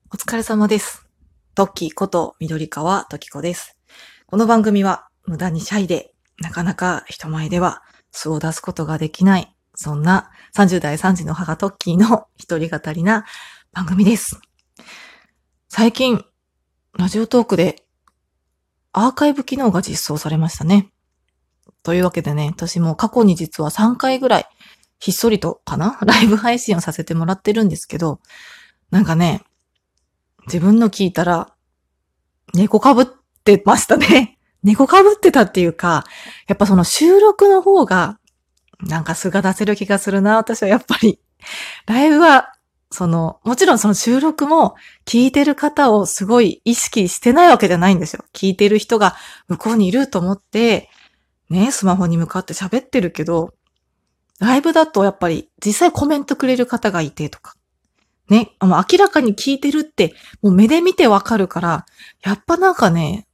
お疲れ様です。トッキーこと緑川トキコです。この番組は無駄にシャイでなかなか人前では素を出すことができない、そんな30代3児の母トッキーの一人語りな番組です。最近、ラジオトークでアーカイブ機能が実装されましたね。というわけでね、私も過去に実は3回ぐらいひっそりとかなライブ配信をさせてもらってるんですけど、なんかね、自分の聞いたら猫かぶってましたね。猫かぶってたっていうか、やっぱその収録の方が、なんか素が出せる気がするな、私はやっぱり。ライブは、もちろんその収録も聞いてる方をすごい意識してないわけじゃないんですよ。聞いてる人が向こうにいると思って、ね、スマホに向かって喋ってるけど、ライブだとやっぱり実際コメントくれる方がいてとか、ね、明らかに聞いてるって、もう目で見てわかるから、やっぱなんかね、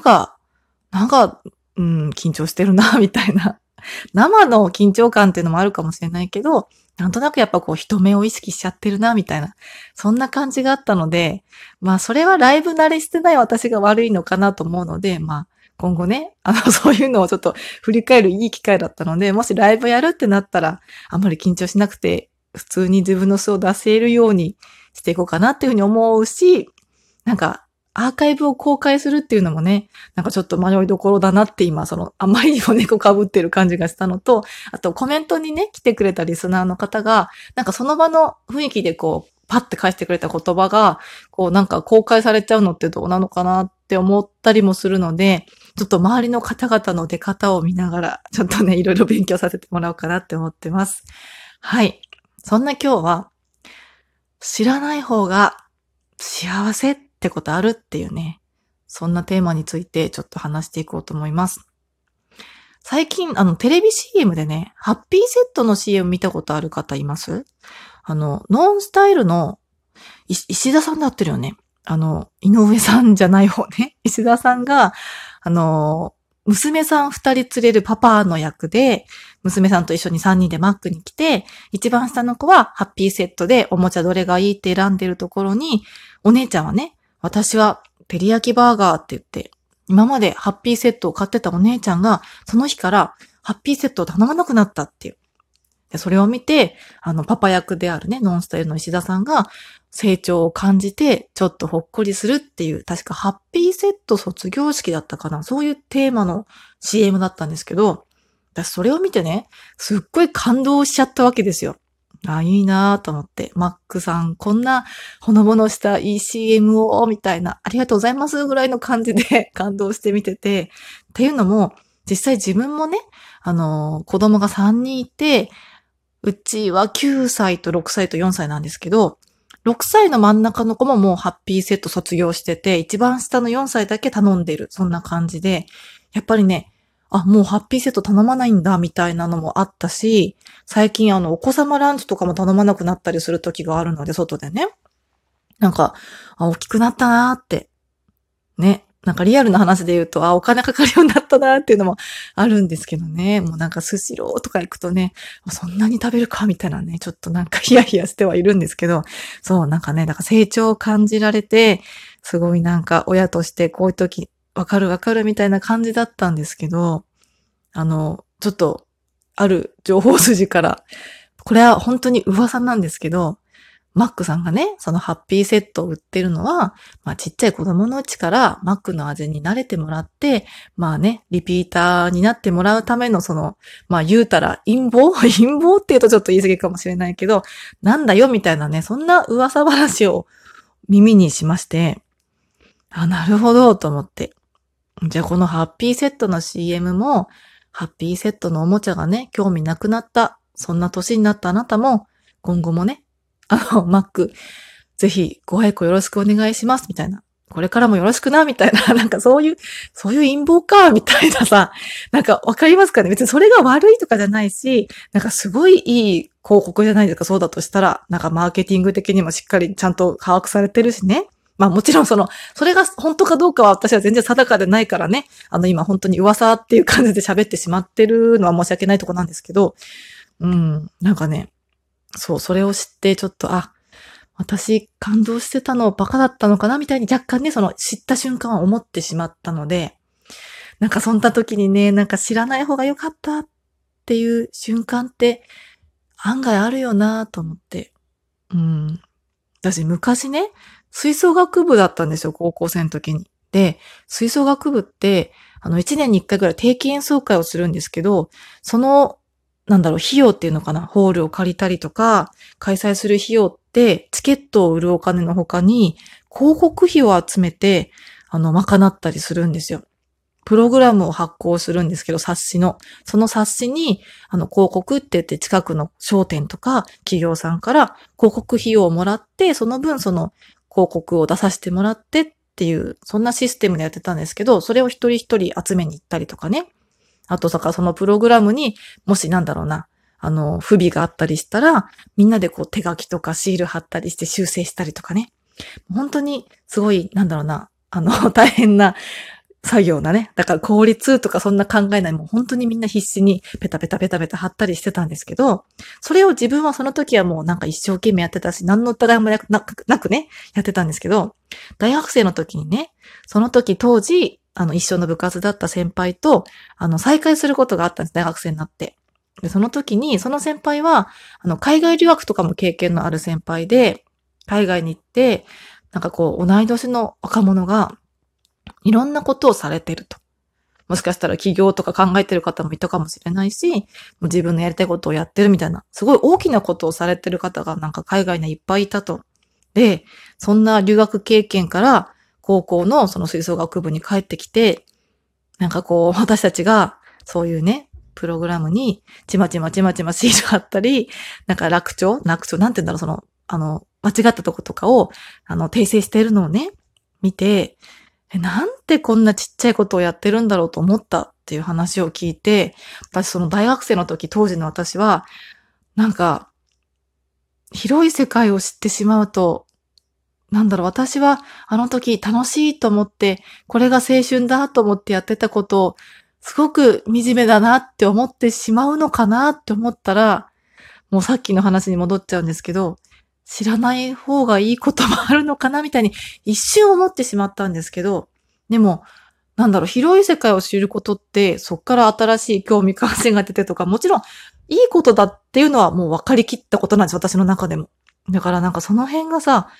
緊張してるな、みたいな。生の緊張感っていうのもあるかもしれないけど、なんとなくやっぱこう人目を意識しちゃってるな、みたいな。そんな感じがあったので、まあそれはライブ慣れしてない私が悪いのかなと思うので、まあ今後ね、そういうのをちょっと振り返るいい機会だったので、もしライブやるってなったら、あんまり緊張しなくて、普通に自分の素を出せるようにしていこうかなっていうふうに思うし、なんか、アーカイブを公開するっていうのもね、なんかちょっと迷いどころだなって今、あまりにも猫被ってる感じがしたのと、あとコメントにね、来てくれたリスナーの方が、なんかその場の雰囲気でこう、パッて返してくれた言葉が、こうなんか公開されちゃうのってどうなのかなって思ったりもするので、ちょっと周りの方々の出方を見ながら、ちょっとね、いろいろ勉強させてもらおうかなって思ってます。はい。そんな今日は、知らない方が幸せってことあるっていうね、そんなテーマについてちょっと話していこうと思います。最近、テレビ CM でね、ハッピーセットの CM 見たことある方います？ノンスタイルの石田さんで合ってるよね。井上さんじゃない方ね。石田さんが、娘さん二人連れるパパの役で、娘さんと一緒に三人でマックに来て、一番下の子はハッピーセットでおもちゃどれがいいって選んでるところに、お姉ちゃんはね、私は照り焼きバーガーって言って、今までハッピーセットを買ってたお姉ちゃんが、その日からハッピーセットを頼まなくなったっていう。で、それを見て、パパ役であるね、ノンスタイルの石田さんが成長を感じて、ちょっとほっこりするっていう、確かハッピーセット卒業式だったかな。そういうテーマの CM だったんですけど、私それを見てね、すっごい感動しちゃったわけですよ。あ、いいなぁと思って。マックさん、こんなほのぼのしたいい CM を、みたいな、ありがとうございますぐらいの感じで感動して見てて、っていうのも、実際自分もね、子供が3人いて、うちは9歳と6歳と4歳なんですけど、6歳の真ん中の子ももうハッピーセット卒業してて、一番下の4歳だけ頼んでる。そんな感じで、やっぱりね、あ、もうハッピーセット頼まないんだ、みたいなのもあったし、最近お子様ランチとかも頼まなくなったりする時があるので、外でね。なんか、大きくなったなーって。ね。なんかリアルな話で言うと、お金かかるようになったなっていうのもあるんですけどね。もうなんかスシローとか行くとね、そんなに食べるかみたいなね、ちょっとなんかヒヤヒヤしてはいるんですけど、そう、なんかね、なんか成長を感じられて、すごいなんか親としてこういう時、わかるわかるみたいな感じだったんですけど、ちょっと、ある情報筋から、これは本当に噂なんですけど、マックさんがね、そのハッピーセットを売ってるのは、まあちっちゃい子供のうちからマックの味に慣れてもらって、まあね、リピーターになってもらうためのまあ言うたら陰謀陰謀って言うとちょっと言い過ぎかもしれないけど、なんだよみたいなね、そんな噂話を耳にしまして、なるほどと思って。じゃあこのハッピーセットの CM も、ハッピーセットのおもちゃがね、興味なくなった、そんな年になったあなたも、今後もね、マック、ぜひご愛顧よろしくお願いします、みたいな。これからもよろしくな、みたいな。なんかそういう陰謀か、みたいなさ。なんかわかりますかね？別にそれが悪いとかじゃないし、なんかすごいいい広告じゃないですか、そうだとしたら。なんかマーケティング的にもしっかりちゃんと把握されてるしね。まあもちろんそれが本当かどうかは私は全然定かでないからね。今本当に噂っていう感じで喋ってしまってるのは申し訳ないとこなんですけど、なんかね、そう、それを知ってちょっと、 私感動してたのバカだったのかなみたいに若干ね、その知った瞬間は思ってしまったので、なんかそんな時にね、なんか知らない方が良かったっていう瞬間って案外あるよなと思って。うん。私昔ね、吹奏楽部だったんですよ、高校生の時に。で、吹奏楽部って、1年に1回ぐらい定期演奏会をするんですけど、その、費用っていうのかな、ホールを借りたりとか、開催する費用って、チケットを売るお金の他に、広告費を集めて、賄ったりするんですよ。プログラムを発行するんですけど、冊子の。その冊子に、広告って言って近くの商店とか企業さんから広告費用をもらって、その分その広告を出させてもらってっていう、そんなシステムでやってたんですけど、それを一人一人集めに行ったりとかね。あと、だからそのプログラムにもし不備があったりしたら、みんなでこう手書きとかシール貼ったりして修正したりとかね。本当にすごい、大変な作業だね。だから効率とかそんな考えない。もう本当にみんな必死にペタペタペタペタ貼ったりしてたんですけど、それを自分はその時はもうなんか一生懸命やってたし、何の疑いもなくね、やってたんですけど、大学生の時にね、その時当時、一緒の部活だった先輩と、再会することがあったんです。大学生になって。で、その時に、その先輩は、海外留学とかも経験のある先輩で、海外に行って、なんかこう、同い年の若者が、いろんなことをされてると。もしかしたら起業とか考えてる方もいたかもしれないし、もう自分のやりたいことをやってるみたいな、すごい大きなことをされてる方がなんか海外にいっぱいいたと。で、そんな留学経験から高校のその吹奏楽部に帰ってきて、なんかこう私たちがそういうね、プログラムにちまちまシール貼ったり、なんか楽調、なんて言うんだろう、間違ったとことかを、訂正しているのをね、見て、なんてこんなちっちゃいことをやってるんだろうと思ったっていう話を聞いて、私その大学生の時、当時の私は、なんか、広い世界を知ってしまうと、私はあの時楽しいと思って、これが青春だと思ってやってたことを、すごく惨めだなって思ってしまうのかなって思ったら、もうさっきの話に戻っちゃうんですけど、知らない方がいいこともあるのかなみたいに一瞬思ってしまったんですけど、でも、広い世界を知ることって、そっから新しい興味関心が出てとか、もちろん、いいことだっていうのはもう分かりきったことなんです、私の中でも。だからその辺がさ、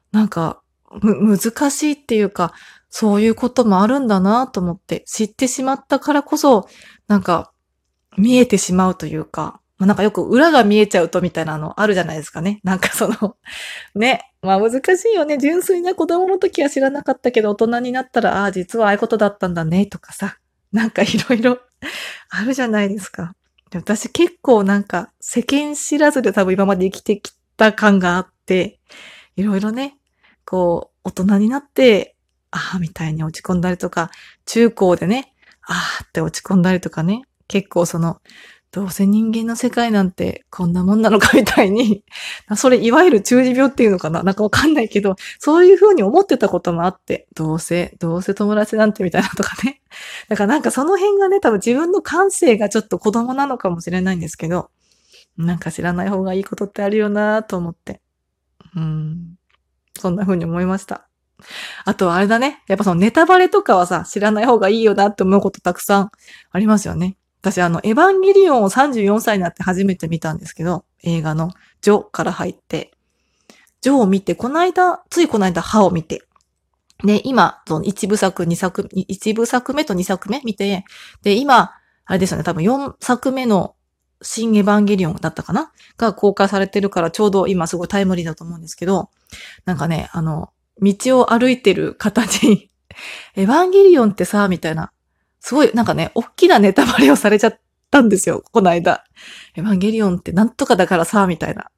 難しいっていうか、そういうこともあるんだなと思って、知ってしまったからこそ、見えてしまうというか、よく裏が見えちゃうとみたいなのあるじゃないですかね。ね。難しいよね。純粋な子供の時は知らなかったけど、大人になったら、ああ、実はああいうことだったんだね、とかさ。いろいろあるじゃないですか。で私結構世間知らずで多分今まで生きてきた感があって、いろいろね、こう、大人になって、ああ、みたいに落ち込んだりとか、中高でね、ああって落ち込んだりとかね、結構どうせ人間の世界なんてこんなもんなのかみたいに、それいわゆる中二病っていうのかなわかんないけど、そういうふうに思ってたこともあって、どうせ友達なんてみたいなとかね。だからその辺がね、多分自分の感性がちょっと子供なのかもしれないんですけど、知らない方がいいことってあるよなと思って。そんな風に思いました。あとはあれだね。やっぱそのネタバレとかはさ、知らない方がいいよなって思うことたくさんありますよね。私エヴァンゲリオンを34歳になって初めて見たんですけど、映画のジョから入って、ジョを見て、ついこの間歯を見て、で、今、その一部作目と二作目見て、で、今、あれですよね、多分4作目の新エヴァンゲリオンだったかなが公開されてるから、ちょうど今すごいタイムリーだと思うんですけど、道を歩いてる方にエヴァンゲリオンってさ、みたいな、すごい大きなネタバレをされちゃったんですよ、この間。エヴァンゲリオンってなんとかだからさ、みたいな。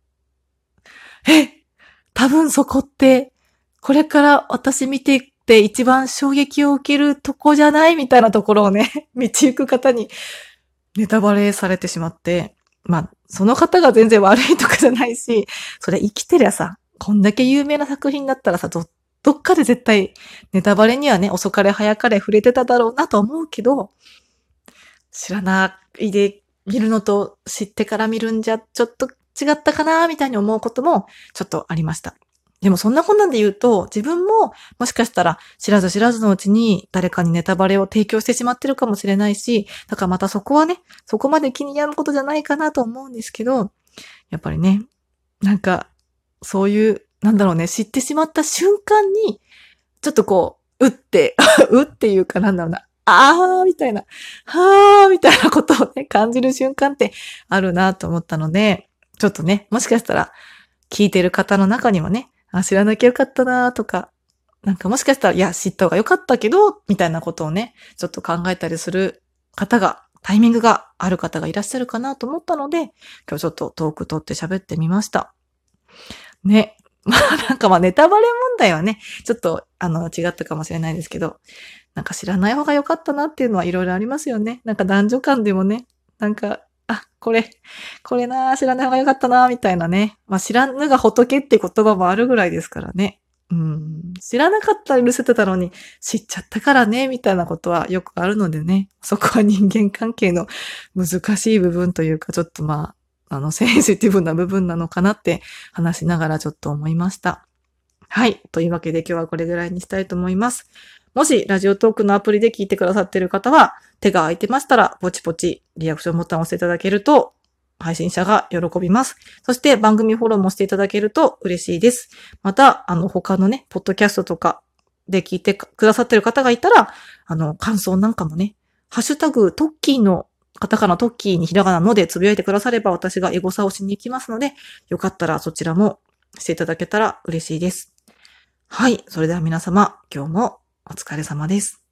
多分そこって、これから私見ていって一番衝撃を受けるとこじゃないみたいなところをね、道行く方にネタバレされてしまって、その方が全然悪いとかじゃないし、それ生きてりゃさ、こんだけ有名な作品だったらさ、どっかで絶対ネタバレにはね、遅かれ早かれ触れてただろうなと思うけど、知らないで見るのと知ってから見るんじゃちょっと違ったかなみたいに思うこともちょっとありました。 でもそんなこんなんで言うと、自分ももしかしたら知らず知らずのうちに誰かにネタバレを提供してしまってるかもしれないし、だからまたそこはね、そこまで気に病むことじゃないかなと思うんですけど、やっぱりね、なんか、そういう、なんだろうね、知ってしまった瞬間に、ちょっとこう、うっていうかなんだろうな、あーみたいな、はーみたいなことをね、感じる瞬間ってあるなと思ったので、ちょっとね、もしかしたら聞いてる方の中にもね、知らなきゃよかったなとか、なんかもしかしたら、いや、知った方がよかったけど、みたいなことをね、ちょっと考えたりする方が、タイミングがある方がいらっしゃるかなと思ったので、今日ちょっとトーク取って喋ってみました。ね。まあなんかネタバレ問題はね、ちょっと違ったかもしれないですけど、なんか知らない方が良かったなっていうのはいろいろありますよね。なんか男女間でもね、なんか、これな、知らない方が良かったな、みたいなね。まあ知らぬが仏って言葉もあるぐらいですからね。知らなかったら許せてたのに知っちゃったからね、みたいなことはよくあるのでね。そこは人間関係の難しい部分というか、ちょっとセンシティブな部分なのかなって話しながらちょっと思いました。はい。というわけで今日はこれぐらいにしたいと思います。もしラジオトークのアプリで聞いてくださっている方は、手が空いてましたら、ポチポチリアクションボタンを押していただけると、配信者が喜びます。そして番組フォローもしていただけると嬉しいです。また、他のね、ポッドキャストとかで聞いてくださっている方がいたら、感想なんかもね、ハッシュタグトッキーのカタカナトッキーにひらがなのでつぶやいてくだされば私がエゴサをしに行きますので、よかったらそちらもしていただけたら嬉しいです。はい。それでは皆様、今日もお疲れ様です。